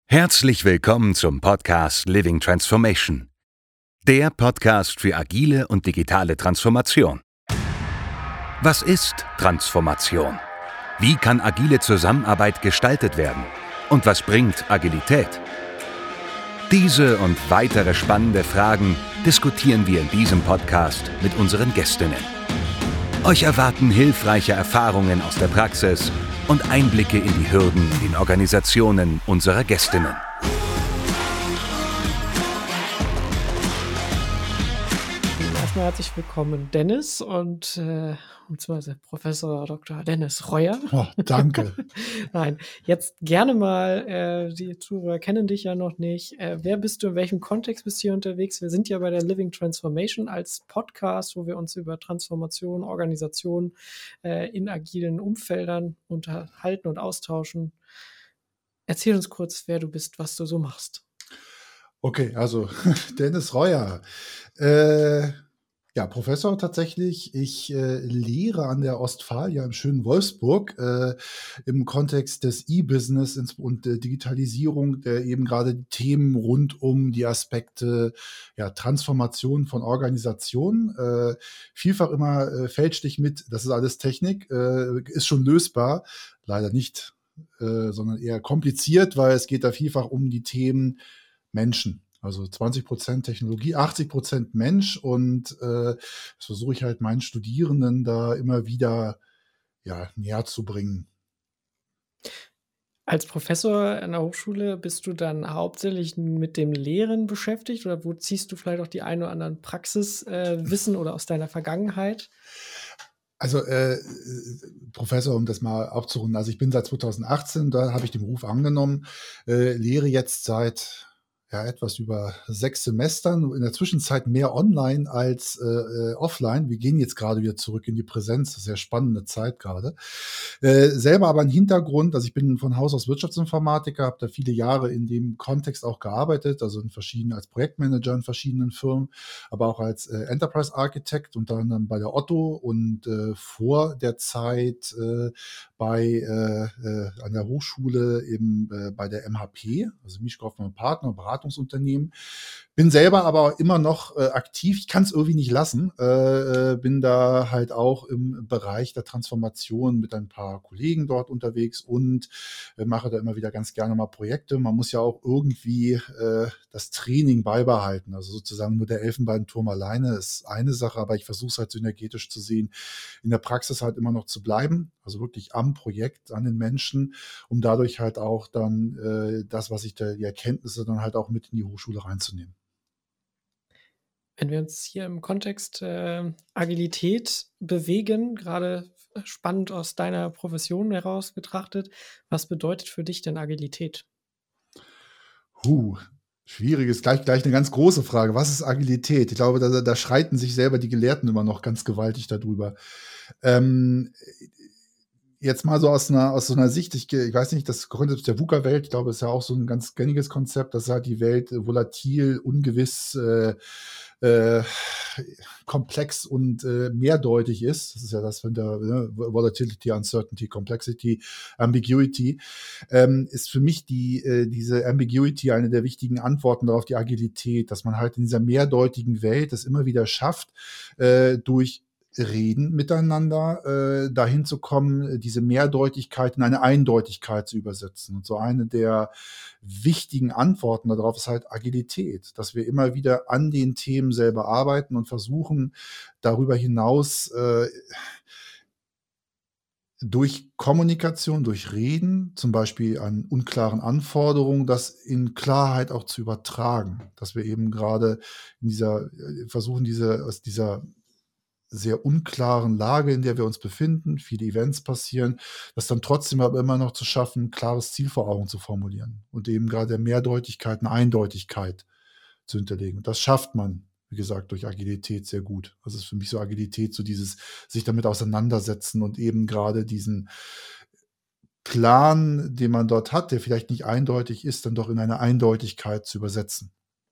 Herzlich willkommen zum Podcast Living Transformation. Der Podcast für agile und digitale Transformation. Was ist Transformation? Wie kann agile Zusammenarbeit gestaltet werden? Und was bringt Agilität? Diese und weitere spannende Fragen diskutieren wir in diesem Podcast mit unseren Gästinnen. Euch erwarten hilfreiche Erfahrungen aus der Praxis und Einblicke in die Hürden in den Organisationen unserer Gästinnen. Erstmal herzlich willkommen, Dennis, und beziehungsweise Professor Dr. Dennis Reuer. Oh, danke. Nein, jetzt gerne mal, die Zuhörer kennen dich ja noch nicht. Wer bist du, in welchem Kontext bist du hier unterwegs? Wir sind ja bei der Living Transformation als Podcast, wo wir uns über Transformation, Organisation in agilen Umfeldern unterhalten und austauschen. Erzähl uns kurz, wer du bist, was du so machst. Okay, also Dennis Reuer. Ja, Professor tatsächlich. Ich lehre an der Ostfalia im schönen Wolfsburg im Kontext des E-Business und Digitalisierung, eben gerade die Themen rund um die Aspekte Transformation von Organisationen. Vielfach immer fälschlich mit, das ist alles Technik, ist schon lösbar. Leider nicht, sondern eher kompliziert, weil es geht da vielfach um die Themen Menschen. Also 20% Technologie, 80% Mensch, und das versuche ich halt meinen Studierenden da immer wieder näher zu bringen. Als Professor an der Hochschule bist du dann hauptsächlich mit dem Lehren beschäftigt, oder wo ziehst du vielleicht auch die ein oder anderen Praxiswissen oder aus deiner Vergangenheit? Also Professor, um das mal aufzurunden, also ich bin seit 2018, da habe ich den Beruf angenommen, lehre jetzt seit etwas über 6 Semestern, in der Zwischenzeit mehr online als offline. Wir gehen jetzt gerade wieder zurück in die Präsenz, das ist eine sehr spannende Zeit gerade. Selber aber ein Hintergrund, also ich bin von Haus aus Wirtschaftsinformatiker, habe da viele Jahre in dem Kontext auch gearbeitet, also als Projektmanager in verschiedenen Firmen, aber auch als Enterprise Architect, unter anderem bei der Otto, und vor der Zeit an der Hochschule eben bei der MHP, also Misch Kaufmann & Partner, Beratungsunternehmen. Bin selber aber immer noch aktiv. Ich kann es irgendwie nicht lassen. Bin da halt auch im Bereich der Transformation mit ein paar Kollegen dort unterwegs und mache da immer wieder ganz gerne mal Projekte. Man muss ja auch irgendwie das Training beibehalten. Also sozusagen nur der Elfenbeinturm alleine ist eine Sache, aber ich versuche es halt synergetisch zu sehen, in der Praxis halt immer noch zu bleiben, also wirklich am Projekt, an den Menschen, um dadurch halt auch dann das, was ich da, die Erkenntnisse dann halt auch mit in die Hochschule reinzunehmen. Wenn wir uns hier im Kontext Agilität bewegen, gerade spannend aus deiner Profession heraus betrachtet, was bedeutet für dich denn Agilität? Schwieriges, gleich eine ganz große Frage. Was ist Agilität? Ich glaube, da schreiten sich selber die Gelehrten immer noch ganz gewaltig darüber. Jetzt mal so aus so einer Sicht, ich weiß nicht, das Konzept der VUCA-Welt, ich glaube, ist ja auch so ein ganz gängiges Konzept, dass halt die Welt volatil, ungewiss, komplex und mehrdeutig ist. Das ist ja das von der Volatility, Uncertainty, Complexity, Ambiguity. Ist für mich diese Ambiguity eine der wichtigen Antworten darauf, die Agilität, dass man halt in dieser mehrdeutigen Welt es immer wieder schafft, durch Reden miteinander dahin zu kommen, diese Mehrdeutigkeit in eine Eindeutigkeit zu übersetzen. Und so eine der wichtigen Antworten darauf ist halt Agilität, dass wir immer wieder an den Themen selber arbeiten und versuchen, darüber hinaus durch Kommunikation, durch Reden, zum Beispiel an unklaren Anforderungen, das in Klarheit auch zu übertragen. Dass wir eben gerade in versuchen, aus dieser sehr unklaren Lage, in der wir uns befinden, viele Events passieren, das dann trotzdem aber immer noch zu schaffen, ein klares Ziel vor Augen zu formulieren und eben gerade der Mehrdeutigkeit eine Eindeutigkeit zu hinterlegen. Und das schafft man, wie gesagt, durch Agilität sehr gut. Das ist für mich so Agilität, so dieses sich damit auseinandersetzen und eben gerade diesen Plan, den man dort hat, der vielleicht nicht eindeutig ist, dann doch in eine Eindeutigkeit zu übersetzen.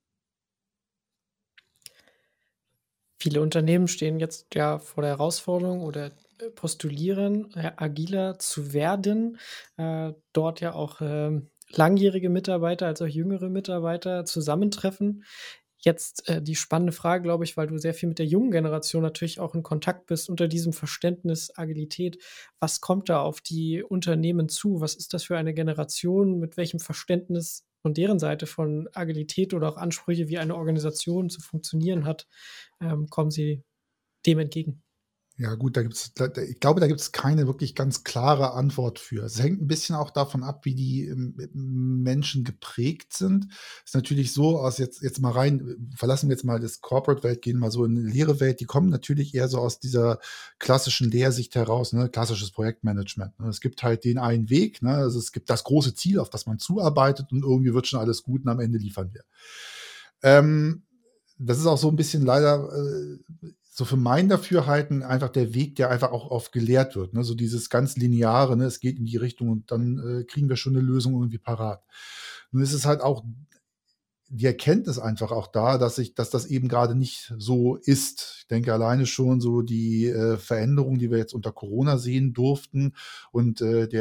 Viele Unternehmen stehen jetzt ja vor der Herausforderung oder postulieren, agiler zu werden, dort ja auch langjährige Mitarbeiter als auch jüngere Mitarbeiter zusammentreffen. Jetzt, die spannende Frage, glaube ich, weil du sehr viel mit der jungen Generation natürlich auch in Kontakt bist unter diesem Verständnis Agilität. Was kommt da auf die Unternehmen zu? Was ist das für eine Generation? Mit welchem Verständnis von deren Seite von Agilität oder auch Ansprüche, wie eine Organisation zu funktionieren hat, kommen sie dem entgegen? Ja gut, ich glaube, da gibt's keine wirklich ganz klare Antwort für. Es hängt ein bisschen auch davon ab, wie die, Menschen geprägt sind. Ist natürlich so, aus jetzt mal rein verlassen wir jetzt mal das Corporate-Welt, gehen mal so in 'ne Lehre-Welt. Die kommen natürlich eher so aus dieser klassischen Lehrsicht heraus, ne, klassisches Projektmanagement, ne? Es gibt halt den einen Weg, ne? Also, es gibt das große Ziel, auf das man zuarbeitet und irgendwie wird schon alles gut und am Ende liefern wir. Ähm, Das ist auch so ein bisschen leider, so für mein Dafürhalten einfach der Weg, der einfach auch oft gelehrt wird, ne? So dieses ganz Lineare, ne? Es geht in die Richtung und dann, kriegen wir schon eine Lösung irgendwie parat. Nun ist es halt auch die Erkenntnis einfach auch da, dass das eben gerade nicht so ist. Ich denke alleine schon so die, Veränderungen, die wir jetzt unter Corona sehen durften und,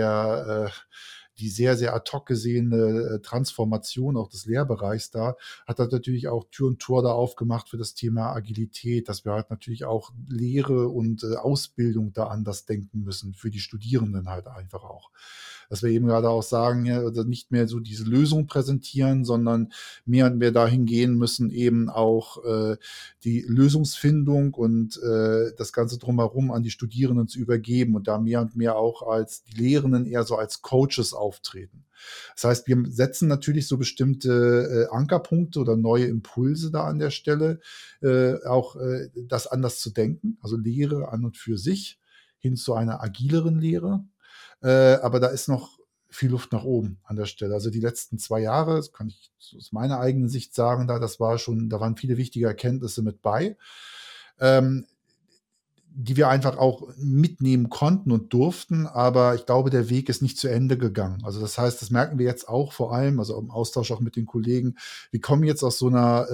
die sehr, sehr ad hoc gesehene, Transformation auch des Lehrbereichs da, hat das natürlich auch Tür und Tor da aufgemacht für das Thema Agilität, dass wir halt natürlich auch Lehre und, Ausbildung da anders denken müssen, für die Studierenden halt einfach auch. Dass wir eben gerade auch sagen, ja, also nicht mehr so diese Lösung präsentieren, sondern mehr und mehr dahin gehen müssen, eben auch, die Lösungsfindung und, das Ganze drumherum an die Studierenden zu übergeben und da mehr und mehr auch als die Lehrenden eher so als Coaches auftreten. Das heißt, wir setzen natürlich so bestimmte, Ankerpunkte oder neue Impulse da an der Stelle, auch, das anders zu denken, also Lehre an und für sich hin zu einer agileren Lehre. Aber da ist noch viel Luft nach oben an der Stelle. Also, die letzten 2 Jahre, das kann ich so aus meiner eigenen Sicht sagen, da waren viele wichtige Erkenntnisse mit bei, ähm, die wir einfach auch mitnehmen konnten und durften, aber ich glaube, der Weg ist nicht zu Ende gegangen. Also, das heißt, das merken wir jetzt auch vor allem, also, im Austausch auch mit den Kollegen. Wir kommen jetzt aus so einer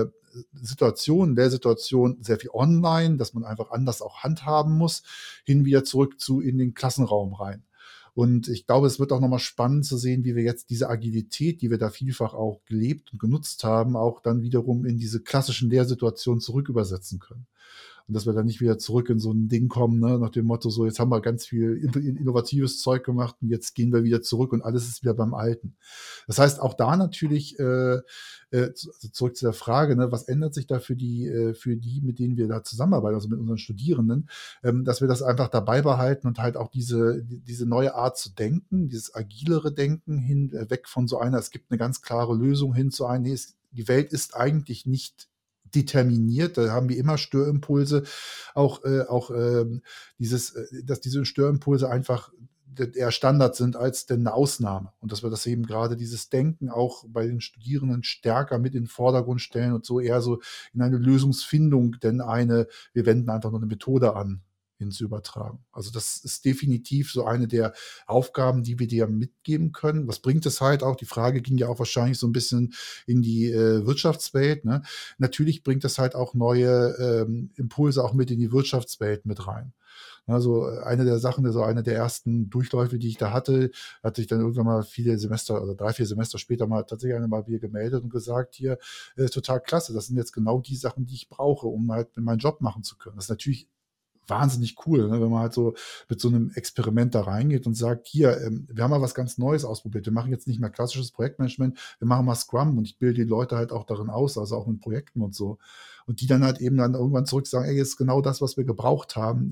Situation sehr viel online, dass man einfach anders auch handhaben muss, hin wieder zurück zu in den Klassenraum rein. Und ich glaube, es wird auch noch mal spannend zu sehen, wie wir jetzt diese Agilität, die wir da vielfach auch gelebt und genutzt haben, auch dann wiederum in diese klassischen Lehrsituationen zurück übersetzen können. Und dass wir dann nicht wieder zurück in so ein Ding kommen, ne, nach dem Motto: „So, jetzt haben wir ganz viel innovatives Zeug gemacht und jetzt gehen wir wieder zurück und alles ist wieder beim Alten." Das heißt, auch da natürlich, also zurück zu der Frage, ne, was ändert sich da für die, mit denen wir da zusammenarbeiten, also mit unseren Studierenden, dass wir das einfach dabei behalten und halt auch diese neue Art zu denken, dieses agilere Denken hin weg von so einer, es gibt eine ganz klare Lösung hin zu einer, ne, die Welt ist eigentlich nicht determiniert, da haben wir immer Störimpulse, auch, dass diese Störimpulse einfach eher Standard sind als denn 'ne Ausnahme. Und dass wir das eben gerade dieses Denken auch bei den Studierenden stärker mit in den Vordergrund stellen und so eher so in eine Lösungsfindung, denn wir wenden einfach nur eine Methode an, hin zu übertragen. Also, das ist definitiv so eine der Aufgaben, die wir dir mitgeben können. Was bringt es halt auch? Die Frage ging ja auch wahrscheinlich so ein bisschen in die, Wirtschaftswelt, ne? Natürlich bringt das halt auch neue, Impulse auch mit in die Wirtschaftswelt mit rein. Also, eine der Sachen, also eine der ersten Durchläufe, die ich da hatte ich dann irgendwann mal viele Semester oder 3 4 Semester später mal tatsächlich einer mal wieder gemeldet und gesagt: „Hier, total klasse, das sind jetzt genau die Sachen, die ich brauche, um halt meinen Job machen zu können." Das ist natürlich wahnsinnig cool, ne, wenn man halt so mit so einem Experiment da reingeht und sagt: „Hier, wir haben mal was ganz Neues ausprobiert. Wir machen jetzt nicht mehr klassisches Projektmanagement, wir machen mal Scrum und ich bilde die Leute halt auch darin aus, also auch in Projekten und so." Und die dann halt eben dann irgendwann zurück sagen: „Ey, ist genau das, was wir gebraucht haben,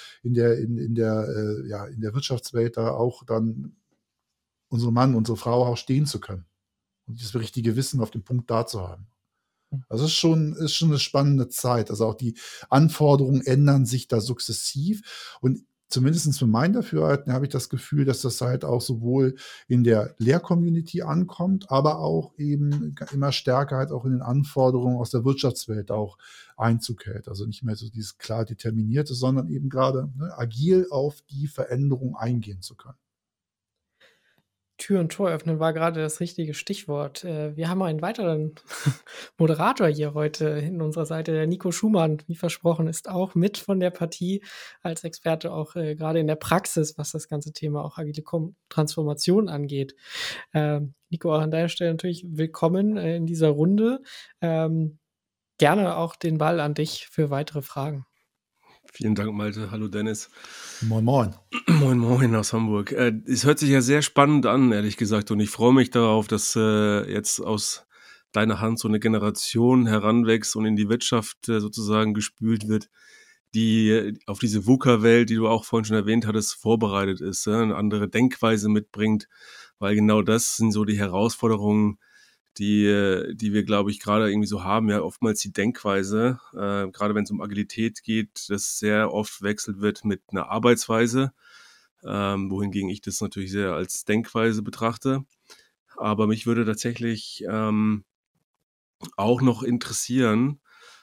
in der Wirtschaftswelt da auch dann unsere Mann, unsere Frau auch stehen zu können und das richtige Wissen auf dem Punkt da zu haben." Also, ist schon 'ne spannende Zeit. Also, auch die Anforderungen ändern sich da sukzessiv und zumindestens für mein Dafürhalten habe ich das Gefühl, dass das halt auch sowohl in der Lehr-Community ankommt, aber auch eben immer stärker halt auch in den Anforderungen aus der Wirtschaftswelt auch Einzug hält. Also, nicht mehr so dieses klar Determinierte, sondern eben grade, ne, agil auf die Veränderung eingehen zu können. Tür und Tor öffnen war gerade das richtige Stichwort. Wir haben einen weiteren Moderator hier heute in unserer Seite, der Nico Schumann, wie versprochen, ist auch mit von der Partie als Experte auch gerade in der Praxis, was das ganze Thema auch agile Transformation angeht. Nico, auch an deiner Stelle natürlich willkommen in dieser Runde. Gerne auch den Ball an dich für weitere Fragen. Vielen Dank, Malte. Hallo, Dennis. Moin, moin. Moin, moin aus Hamburg. Es hört sich ja sehr spannend an, ehrlich gesagt. Und ich freue mich darauf, dass jetzt aus deiner Hand so eine Generation heranwächst und in die Wirtschaft sozusagen gespült wird, die auf diese VUCA-Welt, die du auch vorhin schon erwähnt hattest, vorbereitet ist, eine andere Denkweise mitbringt, weil genau das sind so die Herausforderungen, die wir, glaube ich, gerade irgendwie so haben, ja, oftmals die Denkweise, gerade wenn es um Agilität geht, das sehr oft wechselt wird mit einer Arbeitsweise, wohingegen ich das natürlich sehr als Denkweise betrachte. Aber mich würde tatsächlich auch noch interessieren,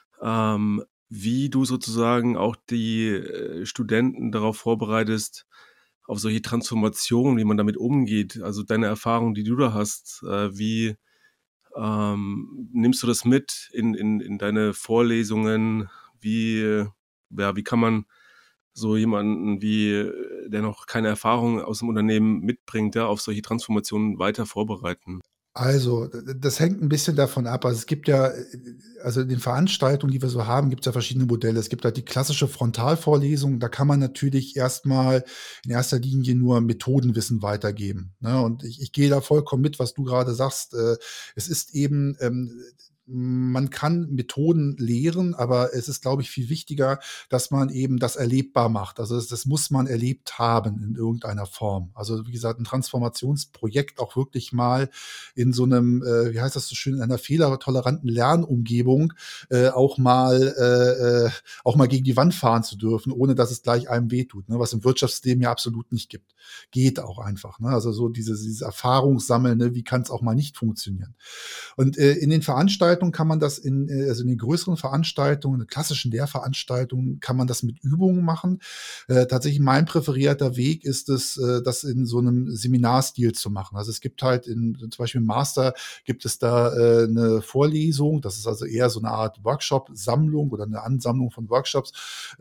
wie du sozusagen auch die Studenten darauf vorbereitest, auf solche Transformationen, wie man damit umgeht, also deine Erfahrung, die du da hast, wie nimmst du das mit in deine Vorlesungen? Wie kann man so jemanden der noch keine Erfahrung aus dem Unternehmen mitbringt, ja, auf solche Transformationen weiter vorbereiten? Also, das hängt ein bisschen davon ab. Also, es gibt ja also, in den Veranstaltungen, die wir so haben, gibt es ja verschiedene Modelle. Es gibt halt die klassische Frontalvorlesung, da kann man natürlich erstmal in erster Linie nur Methodenwissen weitergeben, ne? Und ich gehe da vollkommen mit, was du gerade sagst. Es ist eben, man kann Methoden lehren, aber es ist, glaube ich, viel wichtiger, dass man eben das erlebbar macht. Also, das muss man erlebt haben in irgendeiner Form. Also, wie gesagt, ein Transformationsprojekt auch wirklich mal in so einem, wie heißt das so schön, in einer fehlertoleranten Lernumgebung auch mal gegen die Wand fahren zu dürfen, ohne dass es gleich einem wehtut, ne? Was im Wirtschaftsleben ja absolut nicht gibt. Geht auch einfach, ne? Also so dieses Erfahrungssammeln, ne? Wie kann es auch mal nicht funktionieren? Und in den Veranstaltungen kann man das also in den größeren Veranstaltungen, in klassischen Lehrveranstaltungen kann man das mit Übungen machen. Tatsächlich mein präferierter Weg ist es, das in so einem Seminarstil zu machen. Also es gibt halt zum Beispiel im Master gibt es da eine Vorlesung, das ist also eher so eine Art Workshop-Sammlung oder eine Ansammlung von Workshops,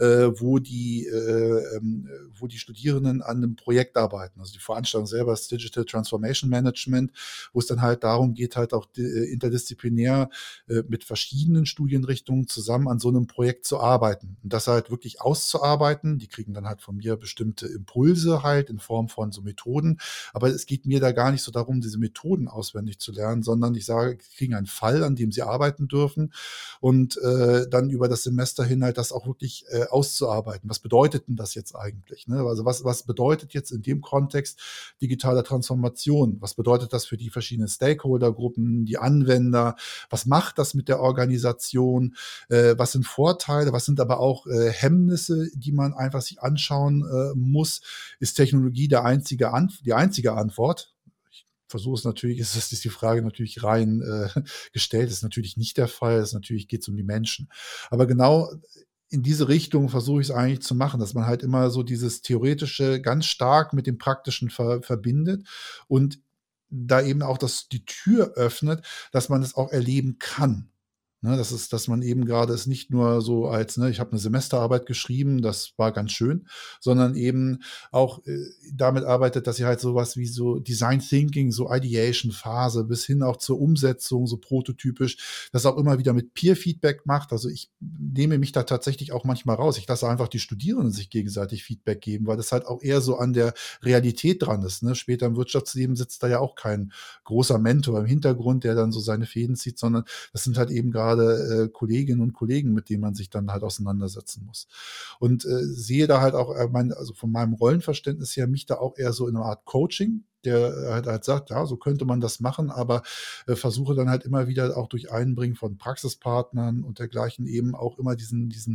wo die Studierenden an einem Projekt arbeiten. Also die Veranstaltung selber ist Digital Transformation Management, wo es dann halt darum geht, halt auch interdisziplinär mit verschiedenen Studienrichtungen zusammen an so einem Projekt zu arbeiten und das halt wirklich auszuarbeiten. Die kriegen dann halt von mir bestimmte Impulse halt in Form von so Methoden, aber es geht mir da gar nicht so darum, diese Methoden auswendig zu lernen, sondern ich sage, sie kriegen einen Fall, an dem sie arbeiten dürfen und dann über das Semester hin halt das auch wirklich auszuarbeiten. Was bedeutet denn das jetzt eigentlich? Ne? Also was bedeutet jetzt in dem Kontext digitale Transformation? Was bedeutet das für die verschiedenen Stakeholdergruppen, die Anwender? Was macht das mit der Organisation? Was sind Vorteile? Was sind aber auch Hemmnisse, die man einfach sich anschauen muss? Ist Technologie die einzige Antwort? Versuche es natürlich, ist die Frage natürlich rein gestellt, ist natürlich nicht der Fall, ist natürlich geht es um die Menschen. Aber genau in diese Richtung versuche ich es eigentlich zu machen, dass man halt immer so dieses Theoretische ganz stark mit dem Praktischen verbindet und da eben auch die Tür öffnet, dass man es auch erleben kann. Ne, dass man eben gerade es nicht nur so als, ne, ich habe eine Semesterarbeit geschrieben, das war ganz schön, sondern eben auch damit arbeitet, dass ihr halt sowas wie so Design Thinking, so Ideation-Phase bis hin auch zur Umsetzung, so prototypisch, das auch immer wieder mit Peer-Feedback macht. Also ich nehme mich da tatsächlich auch manchmal raus. Ich lasse einfach die Studierenden sich gegenseitig Feedback geben, weil das halt auch eher so an der Realität dran ist. Ne? Später im Wirtschaftsleben sitzt da ja auch kein großer Mentor im Hintergrund, der dann so seine Fäden zieht, sondern das sind halt eben gerade Kolleginnen und Kollegen, mit denen man sich dann halt auseinandersetzen muss. Und sehe da halt auch, also von meinem Rollenverständnis her, mich da auch eher so in einer Art Coaching, der halt sagt, ja, so könnte man das machen, aber versuche dann halt immer wieder auch durch Einbringen von Praxispartnern und dergleichen eben auch immer dieses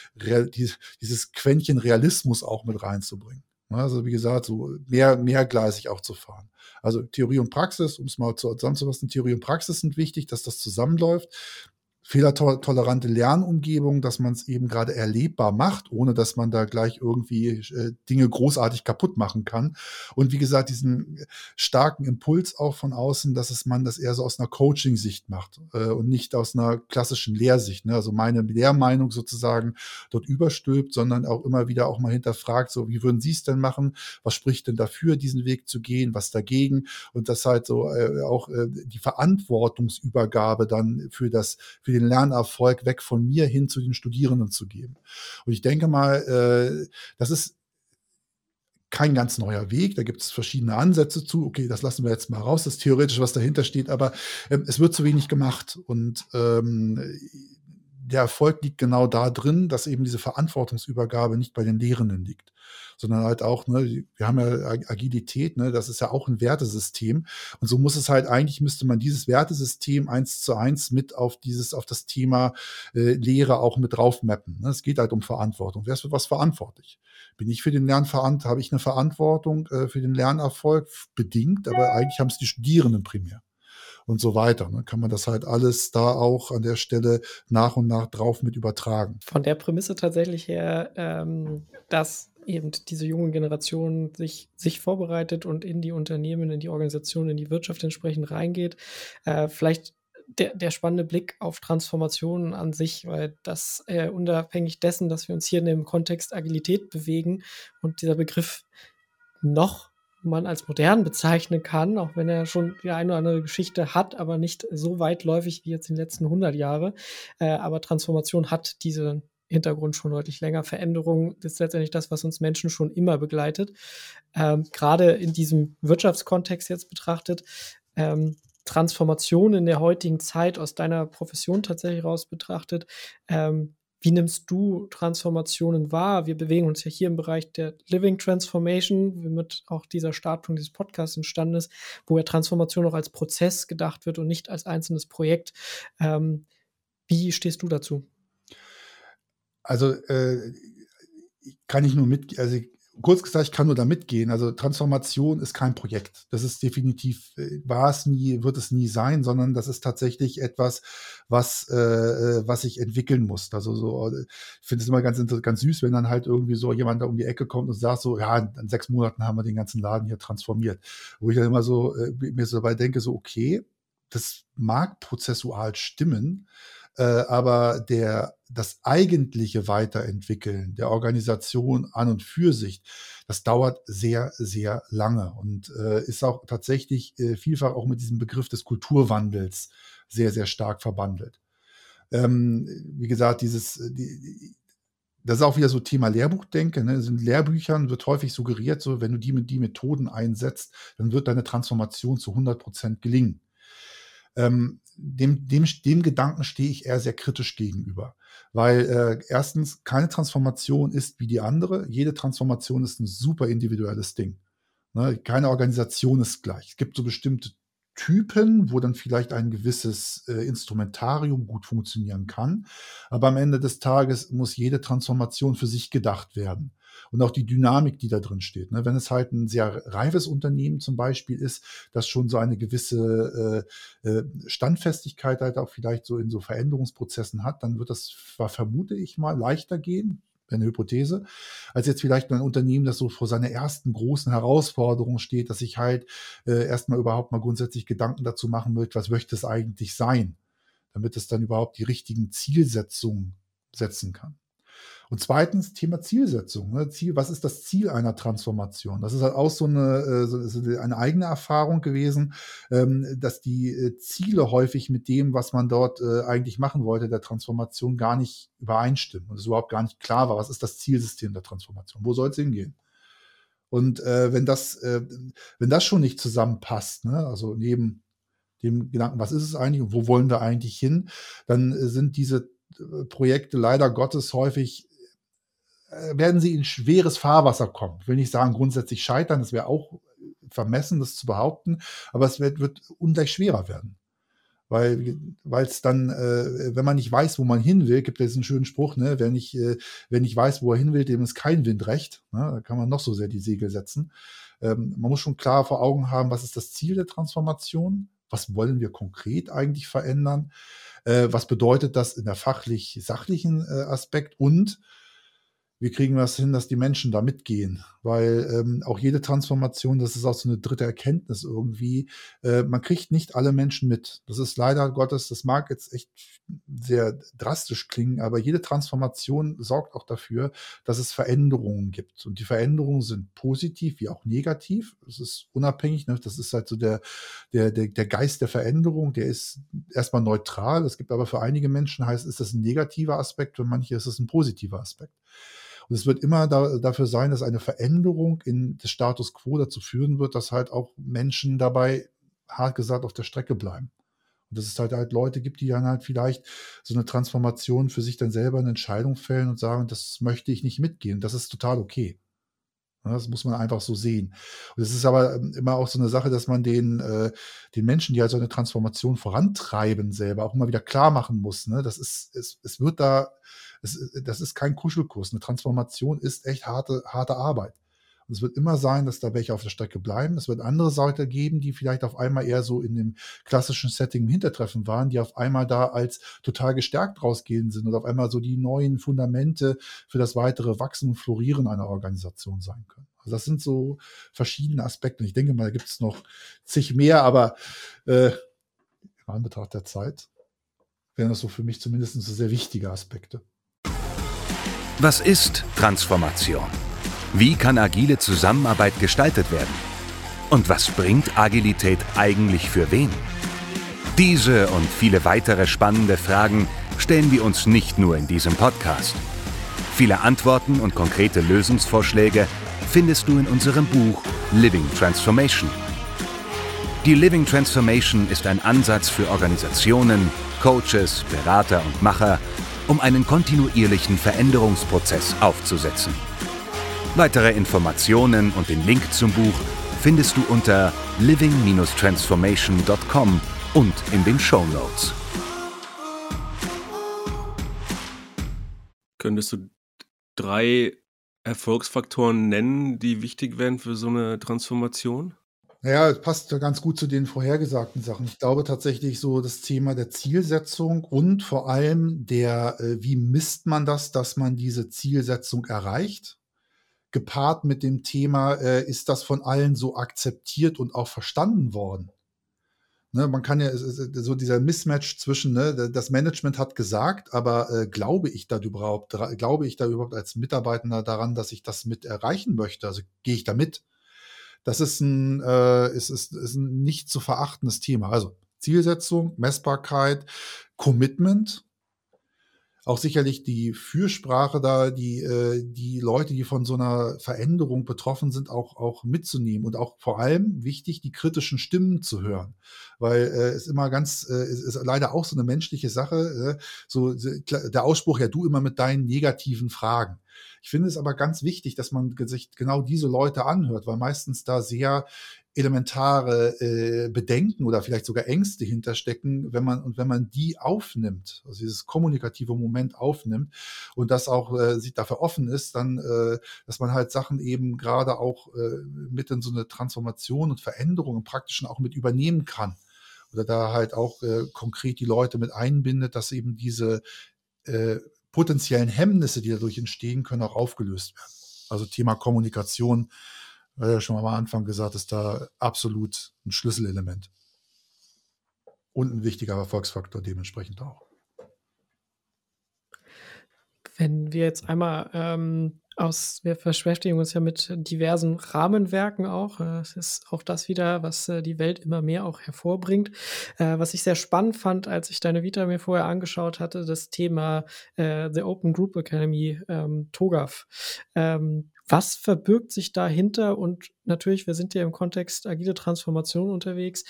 Quäntchen Realismus auch mit reinzubringen. Also wie gesagt, so mehrgleisig auch zu fahren. Also Theorie und Praxis, um es mal zusammenzufassen, Theorie und Praxis sind wichtig, dass das zusammenläuft. fehlertolerante Lernumgebung, dass man es eben gerade erlebbar macht, ohne dass man da gleich irgendwie Dinge großartig kaputt machen kann. Und wie gesagt, diesen starken Impuls auch von außen, dass man das eher so aus einer Coaching-Sicht macht und nicht aus einer klassischen Lehrsicht. Ne? Also meine Lehrmeinung sozusagen dort überstülpt, sondern auch immer wieder auch mal hinterfragt, so wie würden Sie es denn machen? Was spricht denn dafür, diesen Weg zu gehen? Was dagegen? Und das halt so auch die Verantwortungsübergabe dann für den Lernerfolg weg von mir hin zu den Studierenden zu geben. Und ich denke mal, das ist kein ganz neuer Weg. Da gibt es verschiedene Ansätze zu. Okay, das lassen wir jetzt mal raus, das theoretisch, was dahinter steht, aber es wird zu wenig gemacht. Und der Erfolg liegt genau da drin, dass eben diese Verantwortungsübergabe nicht bei den Lehrenden liegt, sondern halt auch, ne, wir haben ja Agilität, ne, das ist ja auch ein Wertesystem. Und so muss es halt, eigentlich müsste man dieses Wertesystem 1:1 mit auf das Thema Lehre auch mit drauf mappen. Ne? Es geht halt um Verantwortung. Wer ist für was verantwortlich? Bin ich für den Lernverantwortung, habe ich eine Verantwortung für den Lernerfolg? Bedingt, aber eigentlich haben es die Studierenden primär. Und so weiter. Ne? Kann man das halt alles da auch an der Stelle nach und nach drauf mit übertragen. Von der Prämisse tatsächlich her, dass eben diese junge Generation sich vorbereitet und in die Unternehmen, in die Organisation, in die Wirtschaft entsprechend reingeht. Vielleicht der spannende Blick auf Transformationen an sich, weil das unabhängig dessen, dass wir uns hier in dem Kontext Agilität bewegen und dieser Begriff noch man als modern bezeichnen kann, auch wenn er schon die eine oder andere Geschichte hat, aber nicht so weitläufig wie jetzt in den letzten 100 Jahre. Aber Transformation hat diesen Hintergrund schon deutlich länger. Veränderung ist letztendlich das, was uns Menschen schon immer begleitet. Gerade in diesem Wirtschaftskontext jetzt betrachtet, Transformation in der heutigen Zeit aus deiner Profession tatsächlich raus betrachtet, wie nimmst du Transformationen wahr? Wir bewegen uns ja hier im Bereich der Living Transformation, womit auch dieser Startpunkt dieses Podcasts entstanden ist, wo ja Transformation auch als Prozess gedacht wird und nicht als einzelnes Projekt. Wie stehst du dazu? Also kann ich nur kurz gesagt, ich kann nur da mitgehen. Also Transformation ist kein Projekt. Das ist definitiv, war es nie, wird es nie sein, sondern das ist tatsächlich etwas, was sich entwickeln muss. Also so, ich finde es immer ganz süß, wenn dann halt irgendwie so jemand da um die Ecke kommt und sagt so, ja, in 6 Monaten haben wir den ganzen Laden hier transformiert. Wo ich dann immer so mir so dabei denke, so okay, das mag prozessual stimmen, aber das eigentliche Weiterentwickeln der Organisation an und für sich, das dauert sehr, sehr lange und ist auch tatsächlich vielfach auch mit diesem Begriff des Kulturwandels sehr, sehr stark verbandelt. Wie gesagt, das ist auch wieder so Thema Lehrbuchdenke. Ne? In Lehrbüchern wird häufig suggeriert, so wenn du die Methoden einsetzt, dann wird deine Transformation zu 100% gelingen. Dem Gedanken stehe ich eher sehr kritisch gegenüber, weil erstens, keine Transformation ist wie die andere. Jede Transformation ist ein super individuelles Ding. Ne? Keine Organisation ist gleich. Es gibt so bestimmte Typen, wo dann vielleicht ein gewisses Instrumentarium gut funktionieren kann. Aber am Ende des Tages muss jede Transformation für sich gedacht werden. Und auch die Dynamik, die da drin steht. Ne? Wenn es halt ein sehr reifes Unternehmen zum Beispiel ist, das schon so eine gewisse Standfestigkeit halt auch vielleicht so in so Veränderungsprozessen hat, dann wird das, vermute ich mal, leichter gehen, eine Hypothese, als jetzt vielleicht ein Unternehmen, das so vor seiner ersten großen Herausforderung steht, dass sich halt erstmal überhaupt mal grundsätzlich Gedanken dazu machen wird, was möchte es eigentlich sein, damit es dann überhaupt die richtigen Zielsetzungen setzen kann. Und zweitens, Thema Zielsetzung. Ne? Was ist das Ziel einer Transformation? Das ist halt auch so eine eigene Erfahrung gewesen, dass die Ziele häufig mit dem, was man dort eigentlich machen wollte, der Transformation gar nicht übereinstimmen. Und es überhaupt gar nicht klar war, was ist das Zielsystem der Transformation? Wo soll es hingehen? Und wenn das schon nicht zusammenpasst, ne? Also neben dem Gedanken, was ist es eigentlich und wo wollen wir eigentlich hin, dann sind diese Projekte leider Gottes häufig, werden sie in schweres Fahrwasser kommen. Ich will nicht sagen, grundsätzlich scheitern, das wäre auch vermessen, das zu behaupten, aber es wird ungleich schwerer werden. Weil es dann, wenn man nicht weiß, wo man hin will, gibt es einen schönen Spruch, ne? Wer nicht weiß, wo er hin will, dem ist kein Wind recht. Ne? Da kann man noch so sehr die Segel setzen. Man muss schon klar vor Augen haben, was ist das Ziel der Transformation? was wollen wir konkret eigentlich verändern, was bedeutet das in der fachlich-sachlichen Aspekt und wie kriegen wir das hin, dass die Menschen da mitgehen? Weil auch jede Transformation, das ist auch so eine dritte Erkenntnis irgendwie, man kriegt nicht alle Menschen mit. Das ist leider Gottes, das mag jetzt echt sehr drastisch klingen, aber jede Transformation sorgt auch dafür, dass es Veränderungen gibt. Und die Veränderungen sind positiv wie auch negativ. Es ist unabhängig, ne? Das ist halt so der Geist der Veränderung, der ist erstmal neutral. Es gibt aber für einige Menschen ist das ein negativer Aspekt, für manche ist es ein positiver Aspekt. Und es wird immer dafür sein, dass eine Veränderung in des Status quo dazu führen wird, dass halt auch Menschen dabei, hart gesagt, auf der Strecke bleiben. Und dass es halt Leute gibt, die dann halt vielleicht so eine Transformation für sich dann selber eine Entscheidung fällen und sagen, das möchte ich nicht mitgehen. Das ist total okay. Ja, das muss man einfach so sehen. Und es ist aber immer auch so eine Sache, dass man den Menschen, die halt so eine Transformation vorantreiben, selber auch immer wieder klar machen muss. Ne? Das ist kein Kuschelkurs. Eine Transformation ist echt harte Arbeit. Und es wird immer sein, dass da welche auf der Strecke bleiben. Es wird andere Seite geben, die vielleicht auf einmal eher so in dem klassischen Setting im Hintertreffen waren, die auf einmal da als total gestärkt rausgehen sind und auf einmal so die neuen Fundamente für das weitere Wachsen und Florieren einer Organisation sein können. Also das sind so verschiedene Aspekte. Und ich denke mal, da gibt es noch zig mehr, aber in Anbetracht der Zeit wären das so für mich zumindest so sehr wichtige Aspekte. Was ist Transformation? Wie kann agile Zusammenarbeit gestaltet werden? Und was bringt Agilität eigentlich für wen? Diese und viele weitere spannende Fragen stellen wir uns nicht nur in diesem Podcast. Viele Antworten und konkrete Lösungsvorschläge findest du in unserem Buch Living Transformation. Die Living Transformation ist ein Ansatz für Organisationen, Coaches, Berater und Macher, um einen kontinuierlichen Veränderungsprozess aufzusetzen. Weitere Informationen und den Link zum Buch findest du unter living-transformation.com und in den Shownotes. Könntest du 3 Erfolgsfaktoren nennen, die wichtig wären für so eine Transformation? Naja, es passt ja ganz gut zu den vorhergesagten Sachen. Ich glaube tatsächlich so das Thema der Zielsetzung und vor allem wie misst man das, dass man diese Zielsetzung erreicht? Gepaart mit dem Thema, ist das von allen so akzeptiert und auch verstanden worden? Ne, man kann ja so dieser Mismatch zwischen, ne, das Management hat gesagt, aber glaube ich da überhaupt als Mitarbeitender daran, dass ich das mit erreichen möchte? Also gehe ich da mit? Das ist ist ein nicht zu verachtendes Thema. Also Zielsetzung, Messbarkeit, Commitment. Auch sicherlich die Fürsprache da, die Leute, die von so einer Veränderung betroffen sind, auch mitzunehmen und auch vor allem wichtig, die kritischen Stimmen zu hören, weil es immer es ist leider auch so eine menschliche Sache, so der Ausspruch, ja, du immer mit deinen negativen Fragen. Ich finde es aber ganz wichtig, dass man sich genau diese Leute anhört, weil meistens da sehr elementare Bedenken oder vielleicht sogar Ängste hinterstecken, wenn man die aufnimmt, also dieses kommunikative Moment aufnimmt und das auch sich dafür offen ist, dann, dass man halt Sachen eben gerade auch mit in so eine Transformation und Veränderung im Praktischen auch mit übernehmen kann. Oder da halt auch konkret die Leute mit einbindet, dass eben diese potenziellen Hemmnisse, die dadurch entstehen können, auch aufgelöst werden. Also Thema Kommunikation, ja schon mal am Anfang gesagt, ist da absolut ein Schlüsselelement. Und ein wichtiger Erfolgsfaktor dementsprechend auch. Wenn wir jetzt einmal wir beschäftigen uns ja mit diversen Rahmenwerken auch. Es ist auch das wieder, was die Welt immer mehr auch hervorbringt. Was ich sehr spannend fand, als ich deine Vita mir vorher angeschaut hatte, das Thema The Open Group Academy, TOGAF. Was verbirgt sich dahinter? Und natürlich, wir sind ja im Kontext agile Transformation unterwegs.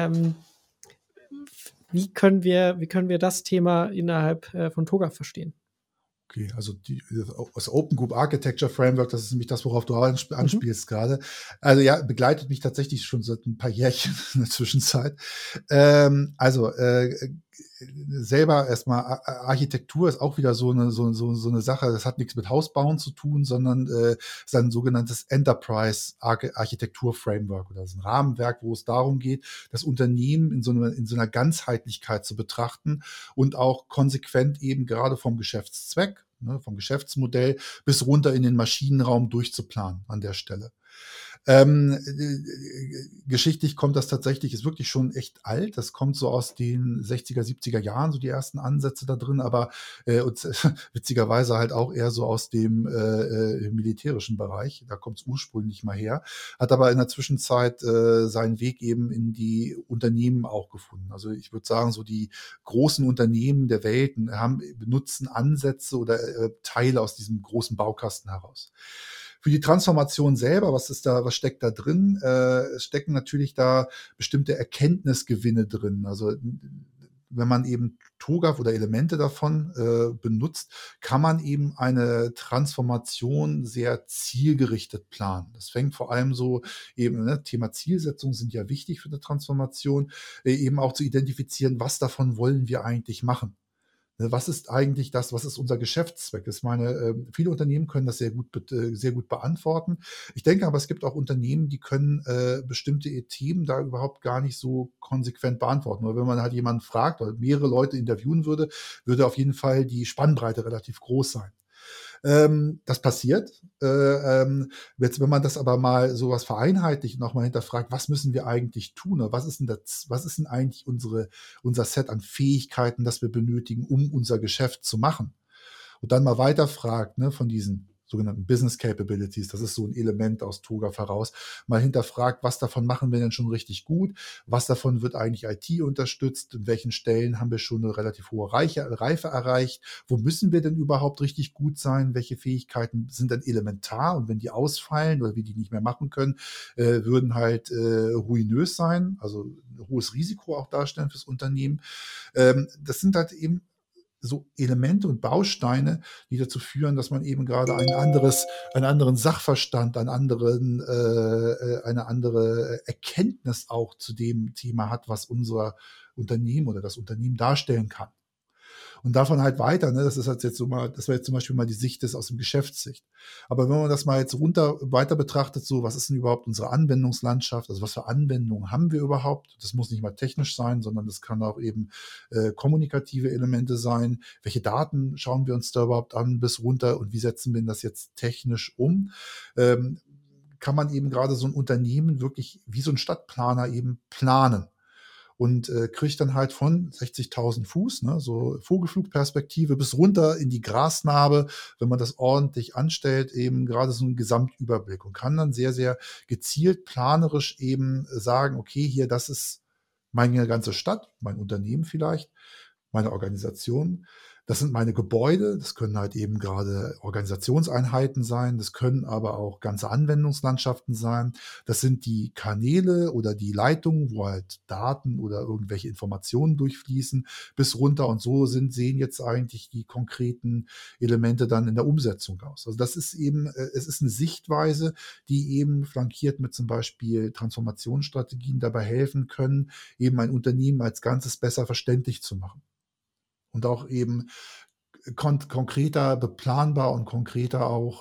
Wie können wir das Thema innerhalb von TOGAF verstehen? Okay, also das Open Group Architecture Framework, das ist nämlich das, worauf du anspielst gerade. Also ja, begleitet mich tatsächlich schon seit ein paar Jährchen in der Zwischenzeit. selber erstmal Architektur ist auch wieder so eine Sache, das hat nichts mit Hausbauen zu tun, sondern ist ein sogenanntes Enterprise Architektur Framework oder so ein Rahmenwerk, wo es darum geht, das Unternehmen in so einer Ganzheitlichkeit zu betrachten und auch konsequent eben gerade vom Geschäftszweck, ne, vom Geschäftsmodell bis runter in den Maschinenraum durchzuplanen an der Stelle. Geschichtlich kommt das tatsächlich, ist wirklich schon echt alt. Das kommt so aus den 60er, 70er Jahren, so die ersten Ansätze da drin, aber und, witzigerweise halt auch eher so aus dem militärischen Bereich. Da kommt es ursprünglich mal her. Hat aber in der Zwischenzeit seinen Weg eben in die Unternehmen auch gefunden. Also ich würde sagen, so die großen Unternehmen der Welt benutzen Ansätze oder Teile aus diesem großen Baukasten heraus. Für die Transformation selber, was steckt da drin? Es stecken natürlich da bestimmte Erkenntnisgewinne drin. Also wenn man eben TOGAF oder Elemente davon benutzt, kann man eben eine Transformation sehr zielgerichtet planen. Das fängt vor allem so eben, ne, Thema Zielsetzung sind ja wichtig für eine Transformation, eben auch zu identifizieren, was davon wollen wir eigentlich machen. Was ist eigentlich das? Was ist unser Geschäftszweck? Ich meine, viele Unternehmen können das sehr gut beantworten. Ich denke aber, es gibt auch Unternehmen, die können bestimmte Themen da überhaupt gar nicht so konsequent beantworten. Oder wenn man halt jemanden fragt oder mehrere Leute interviewen würde auf jeden Fall die Spannbreite relativ groß sein. Das passiert. Jetzt, wenn man das aber mal sowas vereinheitlicht und auch mal hinterfragt, was müssen wir eigentlich tun? Oder was ist denn eigentlich unser Set an Fähigkeiten, das wir benötigen, um unser Geschäft zu machen? Und dann mal weiterfragt, ne, von diesen sogenannten Business Capabilities, das ist so ein Element aus TOGAF heraus, mal hinterfragt, was davon machen wir denn schon richtig gut, was davon wird eigentlich IT unterstützt, in welchen Stellen haben wir schon eine relativ hohe Reife erreicht, wo müssen wir denn überhaupt richtig gut sein, welche Fähigkeiten sind dann elementar und wenn die ausfallen oder wir die nicht mehr machen können, würden halt ruinös sein, also ein hohes Risiko auch darstellen fürs Unternehmen. Das sind halt eben so Elemente und Bausteine, die dazu führen, dass man eben gerade einen anderen Sachverstand, eine andere Erkenntnis auch zu dem Thema hat, was unser Unternehmen oder das Unternehmen darstellen kann. Und davon halt weiter, ne, das wäre jetzt zum Beispiel mal die Sicht aus dem Geschäftssicht. Aber wenn man das mal jetzt weiter betrachtet, so, was ist denn überhaupt unsere Anwendungslandschaft? Also was für Anwendungen haben wir überhaupt? Das muss nicht mal technisch sein, sondern das kann auch eben kommunikative Elemente sein. Welche Daten schauen wir uns da überhaupt an bis runter und wie setzen wir das jetzt technisch um? Kann man eben gerade so ein Unternehmen wirklich wie so ein Stadtplaner eben planen? Und kriegt dann halt von 60.000 Fuß, ne, so Vogelflugperspektive bis runter in die Grasnarbe, wenn man das ordentlich anstellt, eben gerade so einen Gesamtüberblick und kann dann sehr, sehr gezielt planerisch eben sagen, okay, hier, das ist meine ganze Stadt, mein Unternehmen vielleicht, meine Organisation. Das sind meine Gebäude, das können halt eben gerade Organisationseinheiten sein, das können aber auch ganze Anwendungslandschaften sein. Das sind die Kanäle oder die Leitungen, wo halt Daten oder irgendwelche Informationen durchfließen, bis runter. Und so sehen jetzt eigentlich die konkreten Elemente dann in der Umsetzung aus. Also das ist eben, es ist eine Sichtweise, die eben flankiert mit zum Beispiel Transformationsstrategien dabei helfen können, eben ein Unternehmen als Ganzes besser verständlich zu machen. Und auch eben konkreter beplanbar und konkreter auch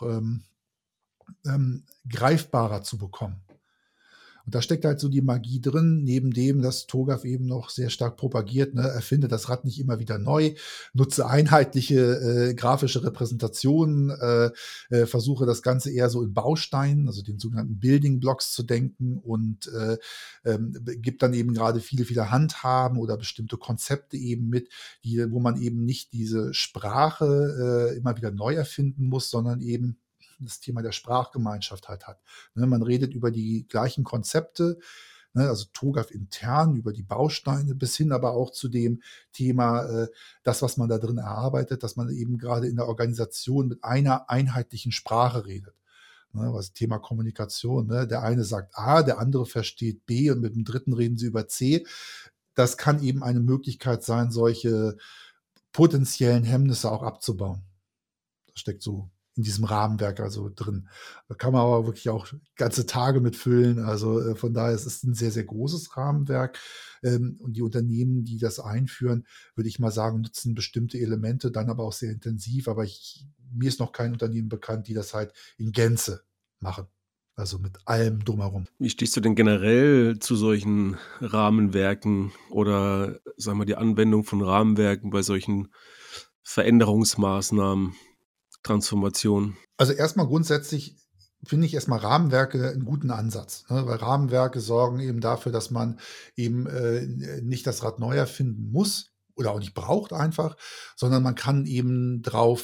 greifbarer zu bekommen. Und da steckt halt so die Magie drin, neben dem, dass TOGAF eben noch sehr stark propagiert, ne, erfinde das Rad nicht immer wieder neu, nutze einheitliche grafische Repräsentationen, versuche das Ganze eher so in Bausteinen, also den sogenannten Building Blocks zu denken und gibt dann eben gerade viele Handhaben oder bestimmte Konzepte eben mit, wo man eben nicht diese Sprache immer wieder neu erfinden muss, sondern eben das Thema der Sprachgemeinschaft halt hat. Ne, man redet über die gleichen Konzepte, ne, also TOGAF intern, über die Bausteine, bis hin aber auch zu dem Thema, das, was man da drin erarbeitet, dass man eben gerade in der Organisation mit einer einheitlichen Sprache redet. Ne, was Thema Kommunikation, ne, der eine sagt A, der andere versteht B und mit dem dritten reden sie über C. Das kann eben eine Möglichkeit sein, solche potenziellen Hemmnisse auch abzubauen. Das steckt so in diesem Rahmenwerk also drin. Da kann man aber wirklich auch ganze Tage mit füllen. Also, von daher es ist es ein sehr, sehr großes Rahmenwerk. Und die Unternehmen, die das einführen, würde ich mal sagen, nutzen bestimmte Elemente, dann aber auch sehr intensiv. Aber mir ist noch kein Unternehmen bekannt, die das halt in Gänze machen. Also mit allem drumherum. Wie stehst du denn generell zu solchen Rahmenwerken oder, sagen wir, die Anwendung von Rahmenwerken bei solchen Veränderungsmaßnahmen, Transformationen? Also erstmal grundsätzlich finde ich erstmal Rahmenwerke einen guten Ansatz, ne? Weil Rahmenwerke sorgen eben dafür, dass man eben, nicht das Rad neu erfinden muss oder auch nicht braucht einfach, sondern man kann eben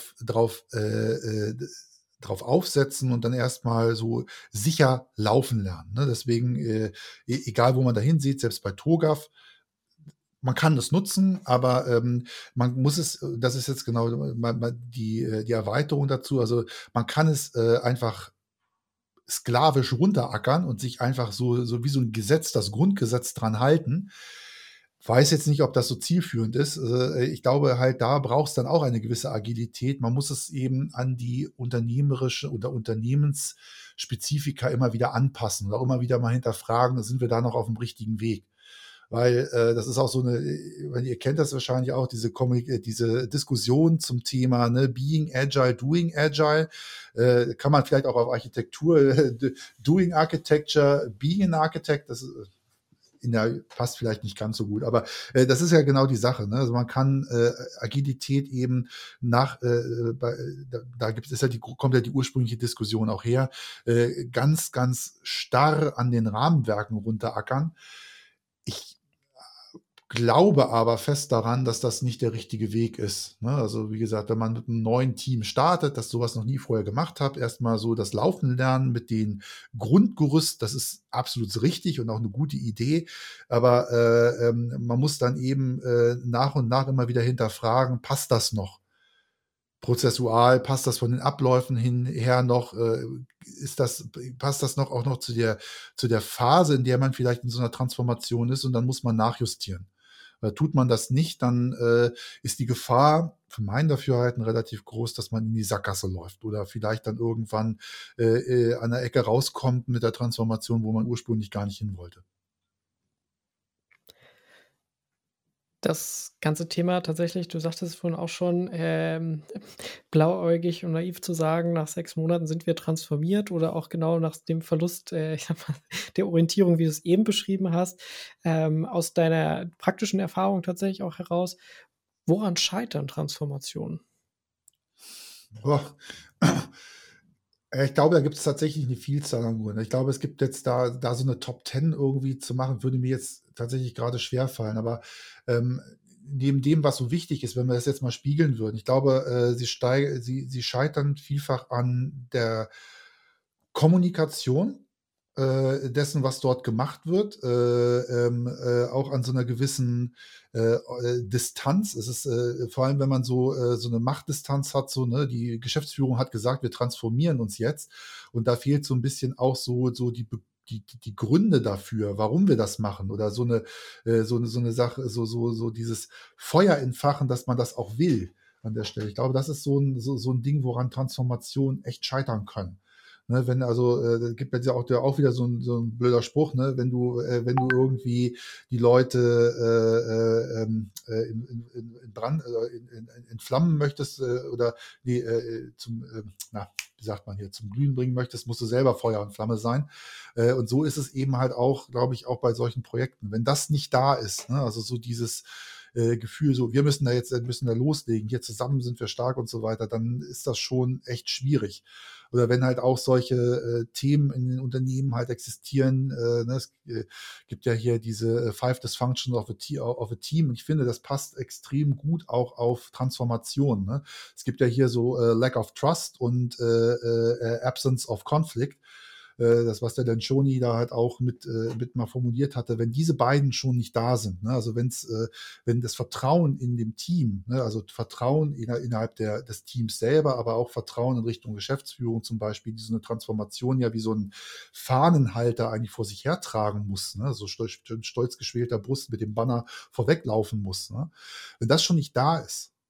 drauf aufsetzen und dann erstmal so sicher laufen lernen, ne? Deswegen, egal wo man da hinsieht, selbst bei TOGAF, man kann das nutzen, aber, man muss es das ist jetzt genau die Erweiterung dazu. Also, man kann es, einfach sklavisch runterackern und sich einfach so wie so ein Gesetz, das Grundgesetz dran halten. Weiß jetzt nicht, ob das so zielführend ist. Ich glaube halt, da braucht's dann auch eine gewisse Agilität. Man muss es eben an die unternehmerische oder Unternehmensspezifika immer wieder anpassen und auch immer wieder mal hinterfragen, sind wir da noch auf dem richtigen Weg? Weil, das ist auch so eine, weil ihr kennt das wahrscheinlich auch, diese Diskussion zum Thema, ne, Being Agile, Doing Agile. Kann man vielleicht auch auf Architektur, Doing Architecture, Being an Architect, das ist passt vielleicht nicht ganz so gut, aber das ist ja genau die Sache. Ne? Also man kann Agilität eben ist ja kommt ja die ursprüngliche Diskussion auch her, ganz, ganz starr an den Rahmenwerken runterackern. Ich glaube aber fest daran, dass das nicht der richtige Weg ist, ne? Also, wie gesagt, wenn man mit einem neuen Team startet, das sowas noch nie vorher gemacht hat, erstmal so das Laufen lernen mit den Grundgerüst, das ist absolut richtig und auch eine gute Idee. Aber, man muss dann eben, nach und nach immer wieder hinterfragen: „Passt das noch prozessual? Passt das von den Abläufen her noch? Passt das noch auch noch zu der Phase, in der man vielleicht in so einer Transformation ist?“ Und dann muss man nachjustieren. Tut man das nicht, dann, ist die Gefahr für mein Dafürhalten relativ groß, dass man in die Sackgasse läuft oder vielleicht dann irgendwann, an der Ecke rauskommt mit der Transformation, wo man ursprünglich gar nicht hin wollte. Das ganze Thema tatsächlich, du sagtest es vorhin auch schon, blauäugig und naiv zu sagen, nach 6 Monaten sind wir transformiert oder auch genau nach dem Verlust, ich sage mal, der Orientierung, wie du es eben beschrieben hast, aus deiner praktischen Erfahrung tatsächlich auch heraus, woran scheitern Transformationen? Boah. Ich glaube, da gibt es tatsächlich eine Vielzahl an Gründen. Ich glaube, es gibt jetzt da so eine Top 10 irgendwie zu machen, würde mir jetzt tatsächlich gerade schwerfallen. Aber, ähm, neben dem, was so wichtig ist, wenn wir das jetzt mal spiegeln würden, ich glaube, sie scheitern vielfach an der Kommunikation, dessen, was dort gemacht wird, auch an so einer gewissen, Distanz. Es ist, vor allem, wenn man so 'ne Machtdistanz hat, so, ne? Die Geschäftsführung hat gesagt: „Wir transformieren uns jetzt.“ Und da fehlt so ein bisschen auch so die Gründe dafür, warum wir das machen oder so eine Sache, so dieses Feuer entfachen, dass man das auch will an der Stelle. Ich glaube, das ist so ein Ding, woran Transformation echt scheitern kann. Ne, wenn also, gibt es ja auch wieder so ein blöder Spruch, ne? Wenn du irgendwie die Leute, entflammen möchtest, oder ne, wie sagt man hier, zum Glühen bringen möchtest, musst du selber Feuer und Flamme sein. Und so ist es eben halt auch, glaube ich, auch bei solchen Projekten. Wenn das nicht da ist, ne, also so dieses, Gefühl, so: „Wir müssen da loslegen, hier zusammen sind wir stark“ und so weiter, dann ist das schon echt schwierig. Oder wenn halt auch solche, Themen in den Unternehmen halt existieren, ne? Es, gibt ja hier diese, 5 Dysfunctions of a Team und ich finde, das passt extrem gut auch auf Transformation, ne? Es gibt ja hier so, Lack of Trust und, Absence of Conflict. Das, was der Lencioni da halt auch mit mal formuliert hatte, wenn diese beiden schon nicht da sind, ne? Also, wenn das Vertrauen in dem Team, ne, also Vertrauen innerhalb des Teams selber, aber auch Vertrauen in Richtung Geschäftsführung zum Beispiel, die so eine Transformation ja wie so ein Fahnenhalter eigentlich vor sich hertragen muss, ne? So stolz geschwellter Brust mit dem Banner vorweglaufen muss, ne? Wenn das schon nicht da ist,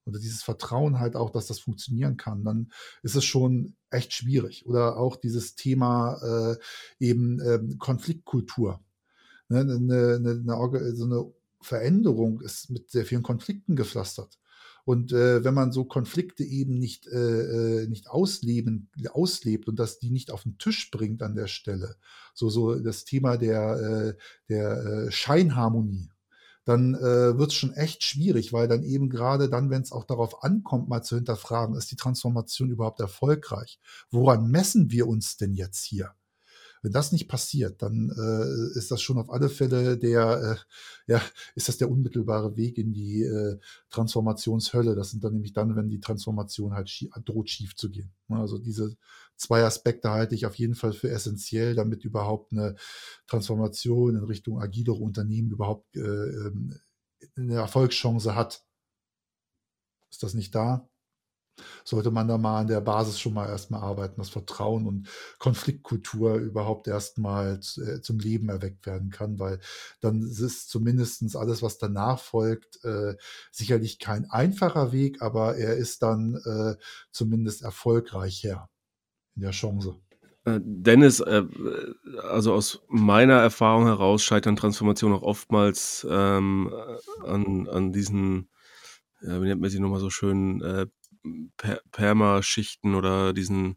oder dieses Vertrauen halt auch, dass das funktionieren kann, dann ist es schon echt schwierig. Oder auch dieses Thema eben Konfliktkultur. Ne, so eine Veränderung ist mit sehr vielen Konflikten gepflastert. Und wenn man so Konflikte eben nicht auslebt und dass die nicht auf den Tisch bringt an der Stelle, so das Thema der Scheinharmonie, dann wird es schon echt schwierig, weil dann eben gerade dann, wenn es auch darauf ankommt, mal zu hinterfragen, ist die Transformation überhaupt erfolgreich? Woran messen wir uns denn jetzt hier? Wenn das nicht passiert, dann ist das schon auf alle Fälle ja, ist das der unmittelbare Weg in die Transformationshölle. Das sind dann nämlich dann, wenn die Transformation halt droht schief zu gehen. Ne, also diese zwei Aspekte halte ich auf jeden Fall für essentiell, damit überhaupt eine Transformation in Richtung agilere Unternehmen überhaupt eine Erfolgschance hat. Ist das nicht da? Sollte man da mal an der Basis schon mal erstmal arbeiten, dass Vertrauen und Konfliktkultur überhaupt erstmal zum Leben erweckt werden kann, weil dann ist zumindestens alles, was danach folgt, sicherlich kein einfacher Weg, aber er ist dann zumindest erfolgreicher in der Chance. Dennis, also aus meiner Erfahrung heraus scheitern Transformationen auch oftmals an diesen, wie nennt man sie nochmal so schön, Permaschichten oder diesen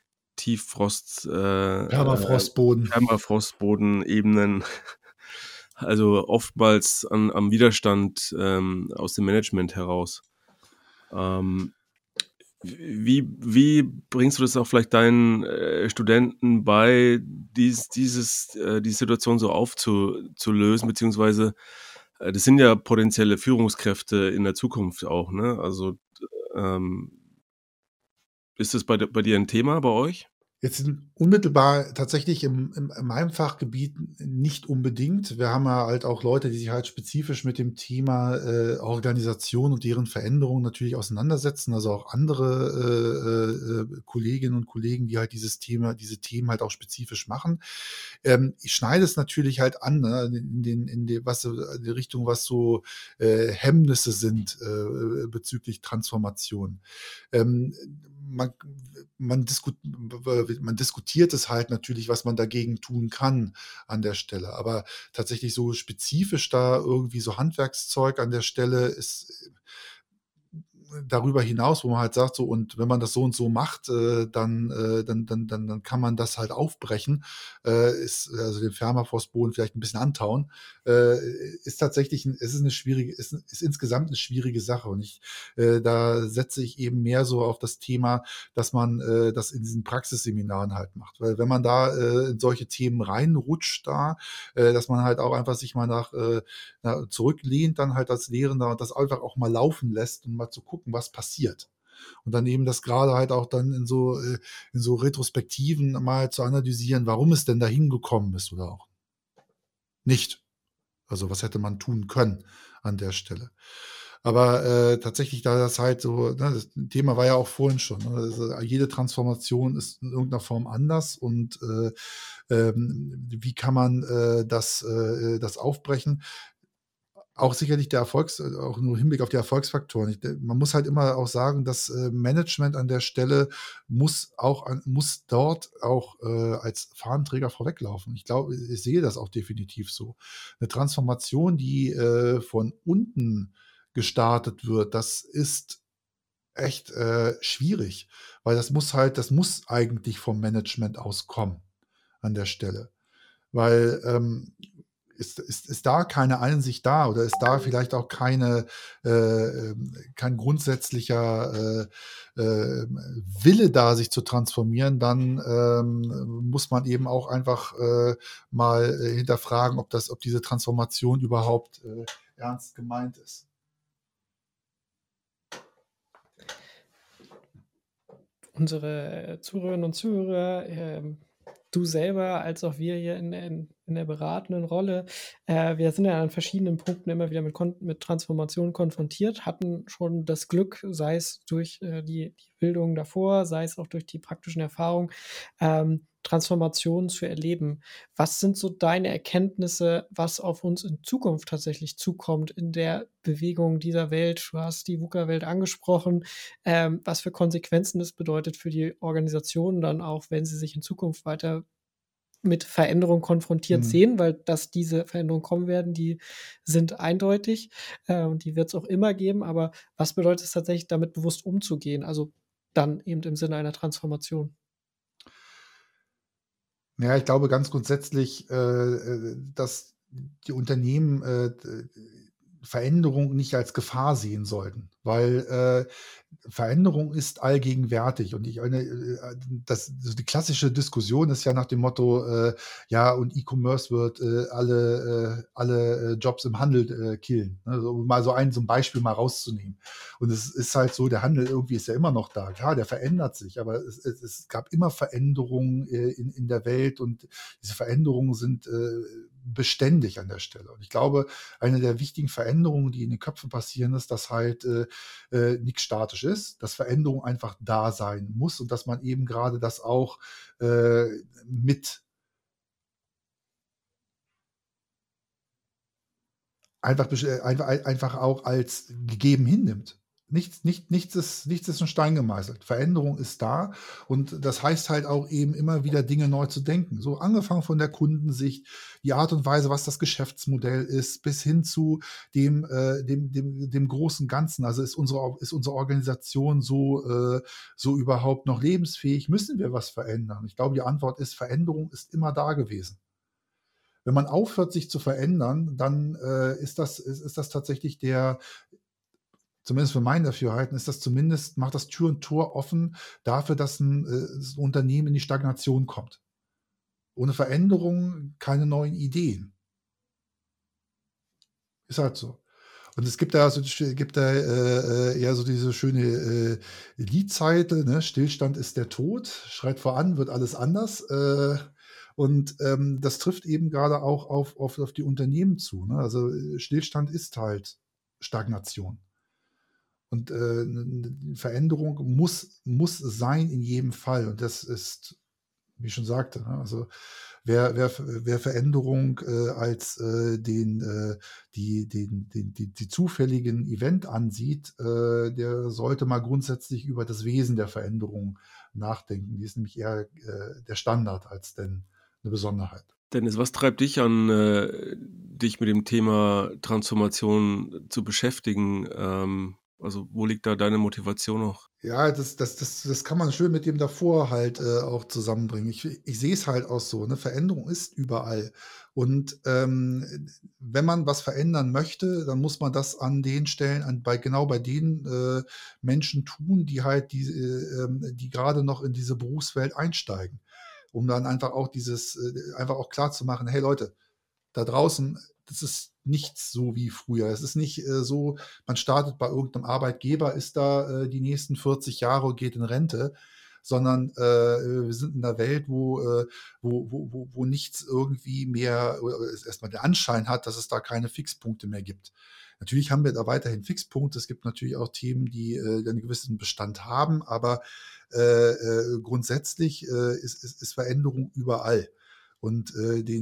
Permafrostboden. Permafrostbodenebenen. Also oftmals am Widerstand aus dem Management heraus. Wie bringst du das auch vielleicht deinen Studenten bei, die Situation so aufzulösen, beziehungsweise das sind ja potenzielle Führungskräfte in der Zukunft auch, ne? Also ist das bei dir ein Thema bei euch? Jetzt unmittelbar tatsächlich in meinem Fachgebiet nicht unbedingt. Wir haben ja halt auch Leute, die sich halt spezifisch mit dem Thema Organisation und deren Veränderung natürlich auseinandersetzen. Also auch andere Kolleginnen und Kollegen, die halt diese Themen halt auch spezifisch machen. Ich schneide es natürlich halt an, ne, in die Richtung, was so Hemmnisse sind bezüglich Transformation. Ähm, man, man diskutiert es halt natürlich, was man dagegen tun kann an der Stelle. Aber tatsächlich so spezifisch da irgendwie so Handwerkszeug an der Stelle ist darüber hinaus, wo man halt sagt, so, und wenn man das so und so macht, dann kann man das halt aufbrechen, ist also den Permafrostboden vielleicht ein bisschen antauen, ist tatsächlich, ist insgesamt eine schwierige Sache. Und da setze ich eben mehr so auf das Thema, dass man das in diesen Praxisseminaren halt macht. Weil wenn man da in solche Themen reinrutscht, dass man halt auch einfach sich mal zurücklehnt, dann halt als Lehrender und das einfach auch mal laufen lässt und mal zu gucken, was passiert. Und dann eben das gerade halt auch dann in so Retrospektiven mal zu analysieren, warum es denn dahin gekommen ist oder auch nicht. Also was hätte man tun können an der Stelle. Aber tatsächlich, da das halt so, ne, das Thema war ja auch vorhin schon, ne, also jede Transformation ist in irgendeiner Form anders und wie kann man das aufbrechen? Auch sicherlich auch nur im Hinblick auf die Erfolgsfaktoren. Man muss halt immer auch sagen, dass Management an der Stelle muss dort auch als Fahnenträger vorweglaufen. Ich glaube, ich sehe das auch definitiv so. Eine Transformation, die von unten gestartet wird, das ist echt schwierig, weil das muss eigentlich vom Management aus kommen an der Stelle. Weil ist da keine Einsicht da oder ist da vielleicht auch kein grundsätzlicher Wille da, sich zu transformieren, dann muss man eben auch einfach mal hinterfragen, ob diese Transformation überhaupt ernst gemeint ist. Unsere Zuhörerinnen und Zuhörer, du selber als auch wir hier in der beratenden Rolle, wir sind ja an verschiedenen Punkten immer wieder mit Transformation konfrontiert, hatten schon das Glück, sei es durch die Bildung davor, sei es auch durch die praktischen Erfahrungen, Transformationen zu erleben. Was sind so deine Erkenntnisse, was auf uns in Zukunft tatsächlich zukommt in der Bewegung dieser Welt? Du hast die VUCA-Welt angesprochen, was für Konsequenzen das bedeutet für die Organisationen dann auch, wenn sie sich in Zukunft weiter mit Veränderungen konfrontiert Mhm. sehen, weil dass diese Veränderungen kommen werden, die sind eindeutig, und die wird es auch immer geben. Aber was bedeutet es tatsächlich, damit bewusst umzugehen? Also dann eben im Sinne einer Transformation. Ja, ich glaube ganz grundsätzlich, dass die Unternehmen, Veränderung nicht als Gefahr sehen sollten, weil, Veränderung ist allgegenwärtig und ich meine, das so die klassische Diskussion ist ja nach dem Motto, ja, und E-Commerce wird, alle Jobs im Handel, killen, ne? So mal so ein Beispiel mal rauszunehmen. Und es ist halt so, der Handel irgendwie ist ja immer noch da. Klar, der verändert sich, aber es gab immer Veränderungen, in der Welt und diese Veränderungen sind, beständig an der Stelle. Und ich glaube, eine der wichtigen Veränderungen, die in den Köpfen passieren, ist, dass halt, nix statisch ist, dass Veränderung einfach da sein muss und dass man eben gerade das auch, äh, mit einfach auch als gegeben hinnimmt. Nichts ist in Stein gemeißelt. Veränderung ist da und das heißt halt auch eben immer wieder Dinge neu zu denken. So angefangen von der Kundensicht, die Art und Weise, was das Geschäftsmodell ist, bis hin zu dem großen Ganzen. Also ist unsere Organisation so überhaupt noch lebensfähig? Müssen wir was verändern? Ich glaube, die Antwort ist, Veränderung ist immer da gewesen. Wenn man aufhört, sich zu verändern, dann, ist das tatsächlich zumindest für mein Dafürhalten, macht das Tür und Tor offen dafür, dass 'n das Unternehmen in die Stagnation kommt. Ohne Veränderung keine neuen Ideen. Ist halt so. Und es gibt da ja so diese schöne, Liedzeile, ne? „Stillstand ist der Tod, schreit voran, wird alles anders." Und, das trifft eben gerade auch auf die Unternehmen zu, ne? Also, Stillstand ist halt Stagnation. Und, 'ne Veränderung muss sein in jedem Fall. Und das ist, wie ich schon sagte, ne, also wer Veränderung, als, die zufälligen Event ansieht, der sollte mal grundsätzlich über das Wesen der Veränderung nachdenken. Die ist nämlich eher, der Standard als denn eine Besonderheit. Dennis, was treibt dich an, dich mit dem Thema Transformation zu beschäftigen? Also, wo liegt da deine Motivation noch? Ja, das kann man schön mit dem davor halt, auch zusammenbringen. Ich sehe es halt auch so, ne? Veränderung ist überall. Und, wenn man was verändern möchte, dann muss man das an den Stellen genau bei den, Menschen tun, die gerade noch in diese Berufswelt einsteigen, um dann einfach auch klar zu machen: „Hey Leute, da draußen, das ist nichts so wie früher. Es ist nicht, so, man startet bei irgendeinem Arbeitgeber, ist da, die nächsten 40 Jahre und geht in Rente, sondern, wir sind in 'ner Welt, wo nichts irgendwie mehr oder erst mal der Anschein hat, dass es da keine Fixpunkte mehr gibt. Natürlich haben wir da weiterhin Fixpunkte. Es gibt natürlich auch Themen, die, einen gewissen Bestand haben, aber, grundsätzlich, ist Veränderung überall. Und,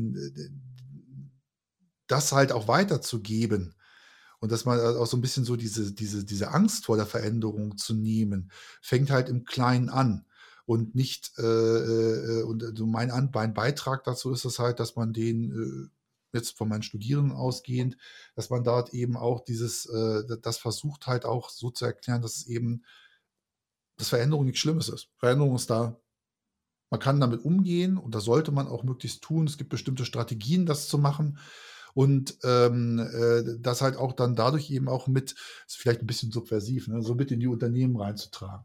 das halt auch weiterzugeben und dass man auch so ein bisschen so diese Angst vor der Veränderung zu nehmen, fängt halt im Kleinen an und nicht und so mein Beitrag dazu ist es halt, dass man jetzt von meinen Studierenden ausgehend, dass man dort eben auch das versucht halt auch so zu erklären, dass Veränderung nichts Schlimmes ist. Veränderung ist da. Man kann damit umgehen und das sollte man auch möglichst tun. Es gibt bestimmte Strategien, das zu machen und, das halt auch dann dadurch eben auch ist vielleicht ein bisschen subversiv, ne, so mit in die Unternehmen reinzutragen.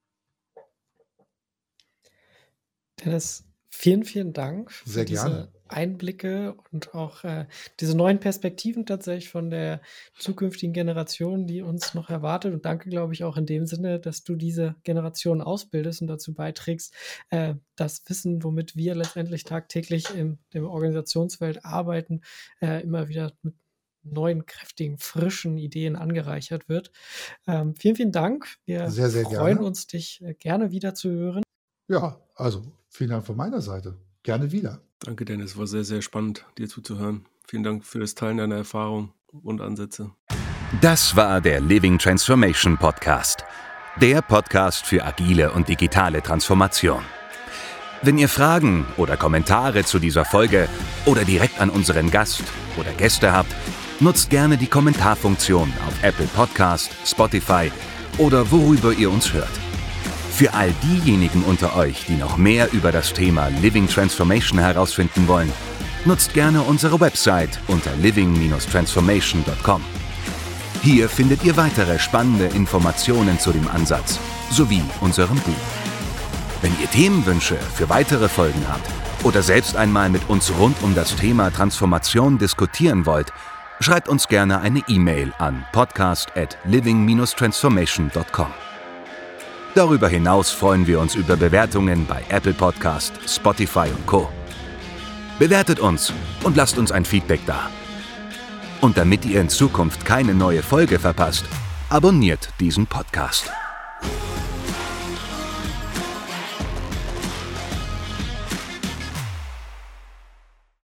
Dennis, vielen, vielen Dank für Sehr gerne. diese Einblicke und auch diese neuen Perspektiven tatsächlich von der zukünftigen Generation, die uns noch erwartet. Und danke, glaube ich, auch in dem Sinne, dass du diese Generation ausbildest und dazu beiträgst, das Wissen, womit wir letztendlich tagtäglich in der Organisationswelt arbeiten, immer wieder mit neuen, kräftigen, frischen Ideen angereichert wird. Vielen, vielen Dank. Wir Sehr, sehr freuen gerne. uns, dich gerne wieder zu hören. Ja, also vielen Dank von meiner Seite. Gerne wieder. Danke, Dennis. War sehr, sehr spannend, dir zuzuhören. Vielen Dank für das Teilen deiner Erfahrung und Ansätze. Das war der Living Transformation Podcast. Der Podcast für agile und digitale Transformation. Wenn ihr Fragen oder Kommentare zu dieser Folge oder direkt an unseren Gast oder Gäste habt, nutzt gerne die Kommentarfunktion auf Apple Podcast, Spotify oder worüber ihr uns hört. Für all diejenigen unter euch, die noch mehr über das Thema Living Transformation herausfinden wollen, nutzt gerne unsere Website unter living-transformation.com. Hier findet ihr weitere spannende Informationen zu dem Ansatz sowie unserem Buch. Wenn ihr Themenwünsche für weitere Folgen habt oder selbst einmal mit uns rund um das Thema Transformation diskutieren wollt, schreibt uns gerne eine E-Mail an podcast@living-transformation.com. Darüber hinaus freuen wir uns über Bewertungen bei Apple Podcast, Spotify und Co. Bewertet uns und lasst uns ein Feedback da. Und damit ihr in Zukunft keine neue Folge verpasst, abonniert diesen Podcast.